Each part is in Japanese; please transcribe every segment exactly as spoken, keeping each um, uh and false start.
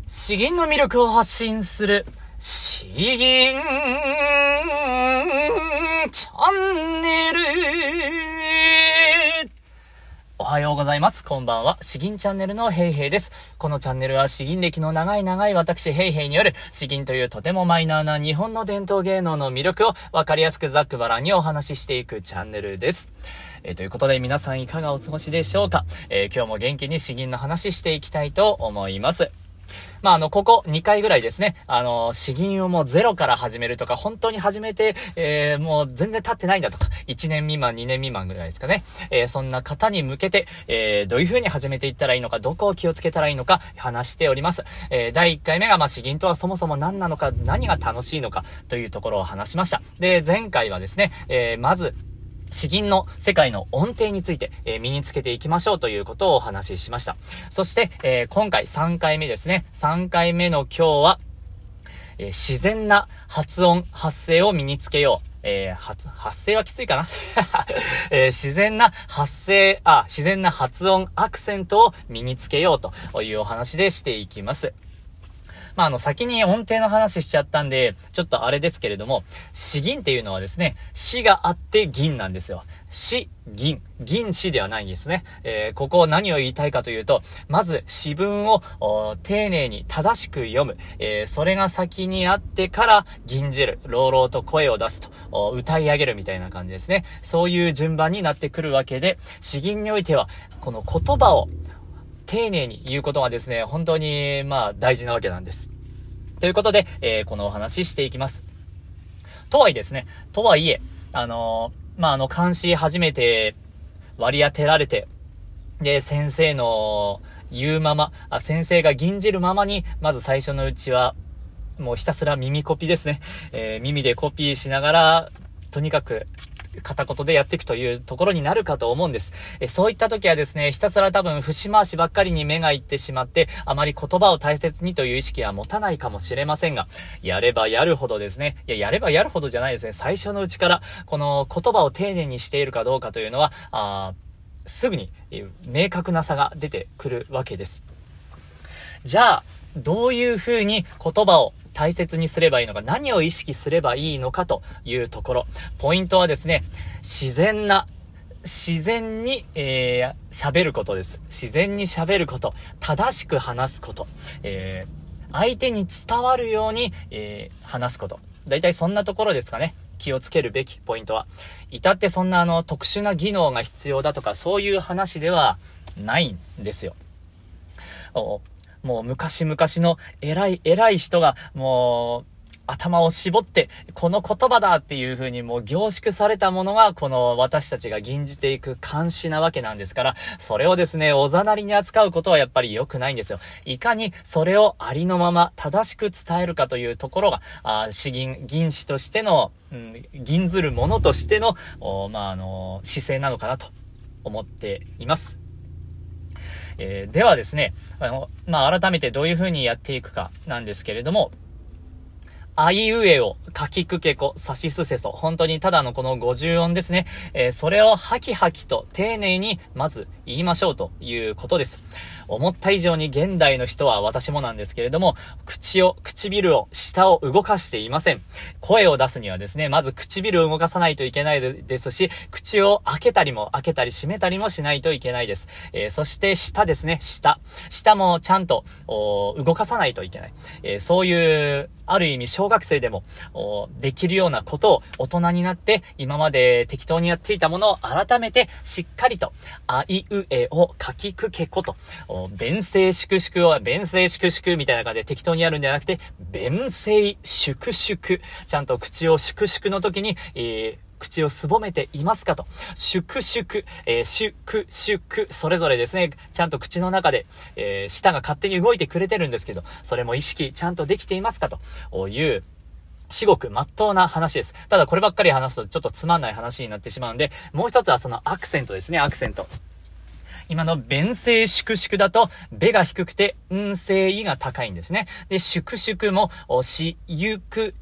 詩吟の魅力を発信する詩吟チャンネル。おはようございます。こんばんは。詩吟チャンネルのヘイヘイです。このチャンネルは詩吟歴の長い長い私ヘイヘイによる詩吟というとてもマイナーな日本の伝統芸能の魅力をわかりやすくざっくばらんにお話ししていくチャンネルです。えー、ということで皆さんいかがお過ごしでしょうか。えー、今日も元気に詩吟の話していきたいと思います。まあ、あの、ここにかいぐらいですね、あの、詩吟をもうゼロから始めるとか、本当に始めて、えー、もう全然経ってないんだとか、いちねん未満、にねん未満ぐらいですかね。えー、そんな方に向けて、えー、どういう風に始めていったらいいのか、どこを気をつけたらいいのか、話しております。えー、だいいっかいめが、まあ、詩吟とはそもそも何なのか、何が楽しいのか、というところを話しました。で、前回はですね、えー、まず、詩吟の世界の音程について、えー、身につけていきましょうということをお話ししました。そして、えー、今回さんかいめですね。さんかいめの今日は、えー、自然な発音、発声を身につけよう。えー、発、発声はきついかな、えー、自然な発声、あ、自然な発音、アクセントを身につけようというお話でしていきます。まあ、あの、先に音程の話しちゃったんで、ちょっとあれですけれども、詩吟っていうのはですね、詩があって吟なんですよ。詩、吟、吟詩ではないんですね。えー、ここ何を言いたいかというと、まず詩文を丁寧に正しく読む。えー、それが先にあってから吟じる。朗々と声を出すと、歌い上げるみたいな感じですね。そういう順番になってくるわけで、詩吟においては、この言葉を丁寧に言うことがですね、本当に、まあ、大事なわけなんです。ということで、えー、このお話ししていきます。とはいえですね、とはいえ、あのー、まあ、あの、監視初めて割り当てられて、で、先生の言うまま、あ、先生が吟じるままに、まず最初のうちは、もうひたすら耳コピですね。えー、耳でコピーしながら、とにかく、片言でやっていくというところになるかと思うんです。えそういった時はですね、ひたすら多分節回しばっかりに目がいってしまって、あまり言葉を大切にという意識は持たないかもしれませんが、やればやるほどですね、いや、やればやるほどじゃないですね、最初のうちから、この言葉を丁寧にしているかどうかというのは、あすぐに明確な差が出てくるわけです。じゃあ、どういうふうに言葉を大切にすればいいのか、何を意識すればいいのかというところ。ポイントはですね、自然な、自然に、えー、喋ることです。自然に喋ること。正しく話すこと。えー、相手に伝わるように、えー、話すこと。だいたいそんなところですかね。気をつけるべきポイントは。至ってそんなあの、特殊な技能が必要だとか、そういう話ではないんですよ。おもう昔々の偉い偉い人がもう頭を絞ってこの言葉だっていう風にもう凝縮されたものがこの私たちが吟じていく漢詩なわけなんですから、それをですねおざなりに扱うことはやっぱり良くないんですよ。いかにそれをありのまま正しく伝えるかというところがあ詩吟吟詩としての、うん、吟ずるものとしてのまああの姿勢なのかなと思っています。えー、ではですね、あの、まあ、改めてどういう風にやっていくかなんですけれども、あいうえをかきくけこさしすせそ。本当にただのこのごじゅう音ですね。えー、それをハキハキと丁寧にまず言いましょうということです。思った以上に現代の人は私もなんですけれども、口を、唇を、舌を動かしていません。声を出すにはですね、まず唇を動かさないといけないですし、口を開けたりも開けたり閉めたりもしないといけないです。えー、そして舌ですね、舌。舌もちゃんと動かさないといけない。えー、そういう、ある意味小学生でもできるようなことを大人になって今まで適当にやっていたものを改めてしっかりとあいうえをかきくけこと弁声粛々を弁声粛々みたいな感じで適当にやるんじゃなくて弁声粛々ちゃんと口を粛々の時に、えー口をすぼめていますかと。粛々、えー、粛々、それぞれですね、ちゃんと口の中で、えー、舌が勝手に動いてくれてるんですけど、それも意識ちゃんとできていますかという、至極真っ当な話です。ただこればっかり話すとちょっとつまんない話になってしまうんで、もう一つはそのアクセントですね、アクセント。今の弁声粛々だと、べが低くて、ん声いが高いんですね。で、粛々も、し、ゆく、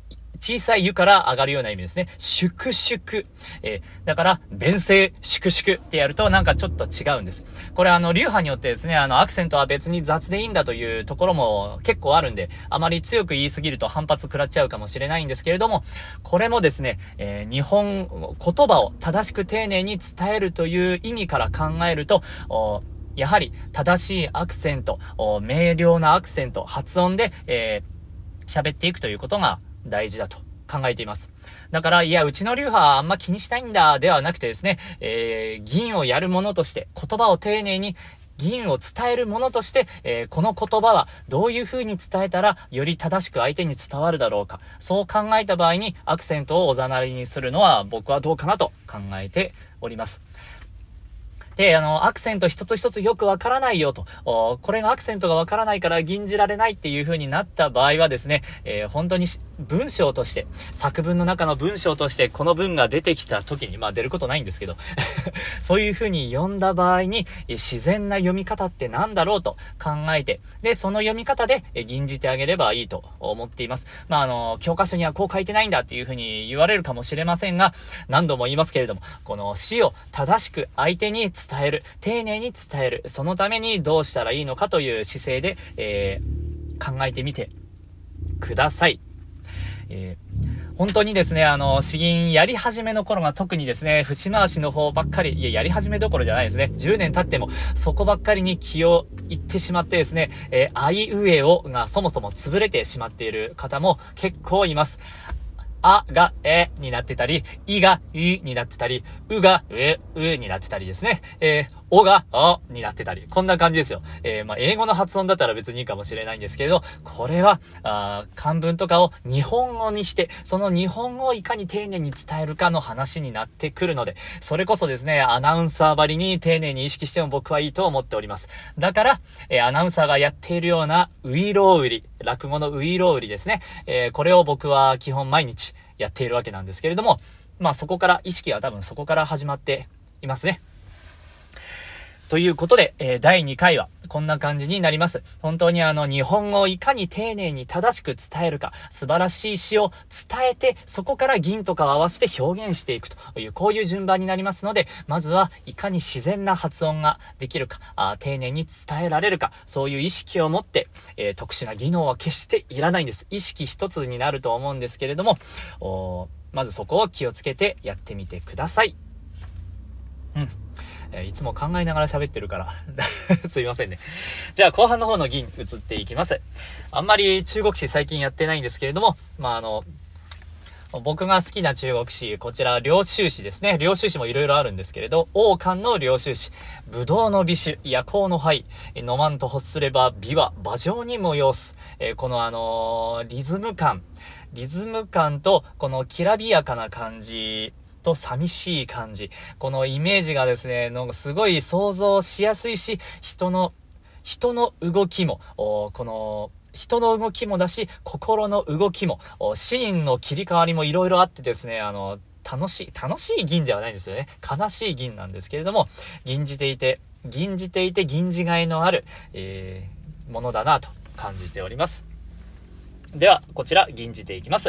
小さい湯から上がるような意味ですね。粛々。えー、だから、弁声、粛々ってやるとなんかちょっと違うんです。これあの、流派によってですね、あの、アクセントは別に雑でいいんだというところも結構あるんで、あまり強く言いすぎると反発食らっちゃうかもしれないんですけれども、これもですね、えー、日本、言葉を正しく丁寧に伝えるという意味から考えると、やはり正しいアクセント、明瞭なアクセント、発音で、えー、喋っていくということが大事だと考えています。だから、いや、うちの流派はあんま気にしないんだ、ではなくてですね、えー、銀をやるものとして、言葉を丁寧に、銀を伝えるものとして、えー、この言葉はどういう風に伝えたらより正しく相手に伝わるだろうか。そう考えた場合にアクセントをおざなりにするのは僕はどうかなと考えております。で、あの、アクセント一つ一つよくわからないよと、これがアクセントがわからないから吟じられないっていう風になった場合はですね、えー、本当に文章として、作文の中の文章としてこの文が出てきた時に、まあ出ることないんですけど、そういう風に読んだ場合に、自然な読み方って何だろうと考えて、で、その読み方で吟じてあげればいいと思っています。まあ、あの、教科書にはこう書いてないんだっていう風に言われるかもしれませんが、何度も言いますけれども、この詩を正しく相手に伝える、丁寧に伝える、そのためにどうしたらいいのかという姿勢で、えー、考えてみてください。えー、本当にですね、あの、詩吟やり始めの頃が特にですね、節回しの方ばっかり、いや、やり始めどころじゃないですね。じゅうねん経っても、そこばっかりに気をいってしまってですね、えー、あいうえおがそもそも潰れてしまっている方も結構います。あがえになってたり、いがいになってたり、うがううになってたりですね。えー、おがおになってたり。こんな感じですよ。えー、まあ、英語の発音だったら別にいいかもしれないんですけれど、これは、あ漢文とかを日本語にして、その日本語をいかに丁寧に伝えるかの話になってくるので、それこそですね、アナウンサーばりに丁寧に意識しても僕はいいと思っております。だから、えー、アナウンサーがやっているようなウイロウ売り、落語のウイロウ売りですね。えー、これを僕は基本毎日やっているわけなんですけれども、まあそこから、意識は多分そこから始まっていますね。ということで、えー、だいにかいはこんな感じになります。本当にあの日本語をいかに丁寧に正しく伝えるか、素晴らしい詩を伝えて、そこから銀とかを合わせて表現していくという、こういう順番になりますので、まずはいかに自然な発音ができるか、あ丁寧に伝えられるか、そういう意識を持って、えー、特殊な技能は決していらないんです。意識一つになると思うんですけれども、おまずそこを気をつけてやってみてください。うん。いつも考えながら喋ってるからすいませんね。じゃあ後半の方の銀移っていきます。あんまり中国史最近やってないんですけれども、まああの僕が好きな中国史、こちら領収史ですね。領収史もいろいろあるんですけれど、王冠の領収史、ぶどうの美酒、夜行の灰、飲まんと欲すれば美は馬上に催す。えー、このあのー、リズム感リズム感とこのきらびやかな感じと寂しい感じ、このイメージがですね、なんかすごい想像しやすいし、人の人の動きもこの人の動きもだし、心の動きもシーンの切り替わりもいろいろあってですね、あの楽しい楽しい銀ではないんですよね。悲しい銀なんですけれども、吟じていて吟じていて銀じがいのある、えー、ものだなと感じております。ではこちら吟じていきます。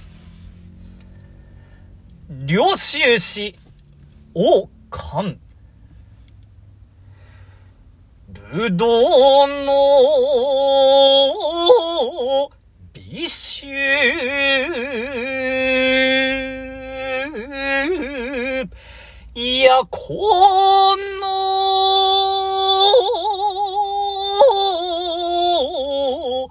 領収史王冠、ぶどうの美酒、夜行の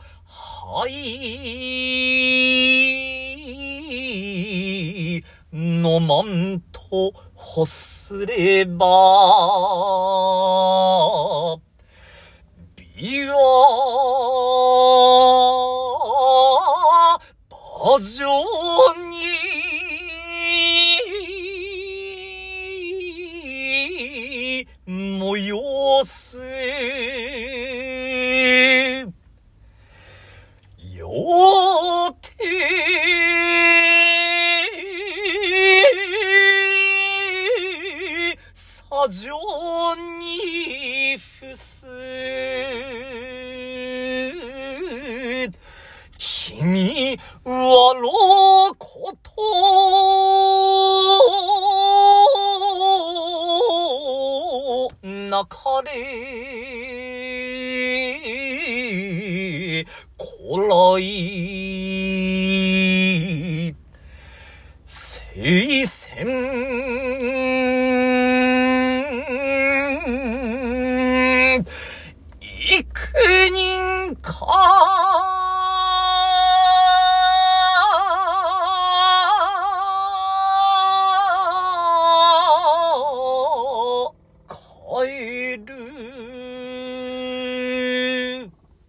灰、飲まんと欲すれば美は馬上に催す。よて砂上に伏す。君はろかれこらい聖戦幾人か帰る。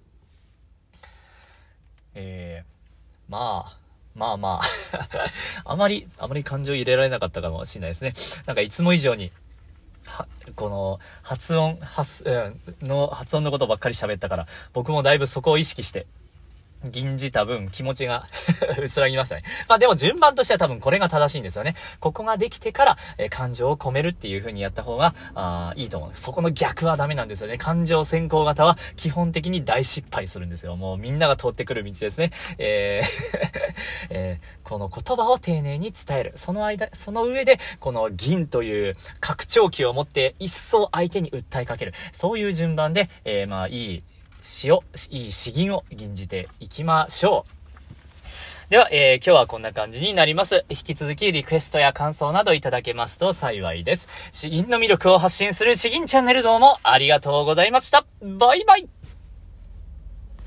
えー、まあ、まあまあ、あまり、あまり感情入れられなかったかもしれないですね。なんかいつも以上に、は、この発音、発、うん、の発音のことばっかり喋ったから、僕もだいぶそこを意識して、吟じた分気持ちが薄らぎましたね。まあでも順番としては多分これが正しいんですよね。ここができてから、えー、感情を込めるっていう風にやった方があいいと思う。そこの逆はダメなんですよね。感情先行型は基本的に大失敗するんですよ。もうみんなが通ってくる道ですね。えーえー、この言葉を丁寧に伝える。その間、その上でこの吟という拡張器を持って一層相手に訴えかける。そういう順番で、えー、まあいい詩を、いい詩吟を吟じていきましょう。では、えー、今日はこんな感じになります。引き続きリクエストや感想などいただけますと幸いです。詩吟の魅力を発信する詩吟チャンネル、どうもありがとうございました。バイバイ。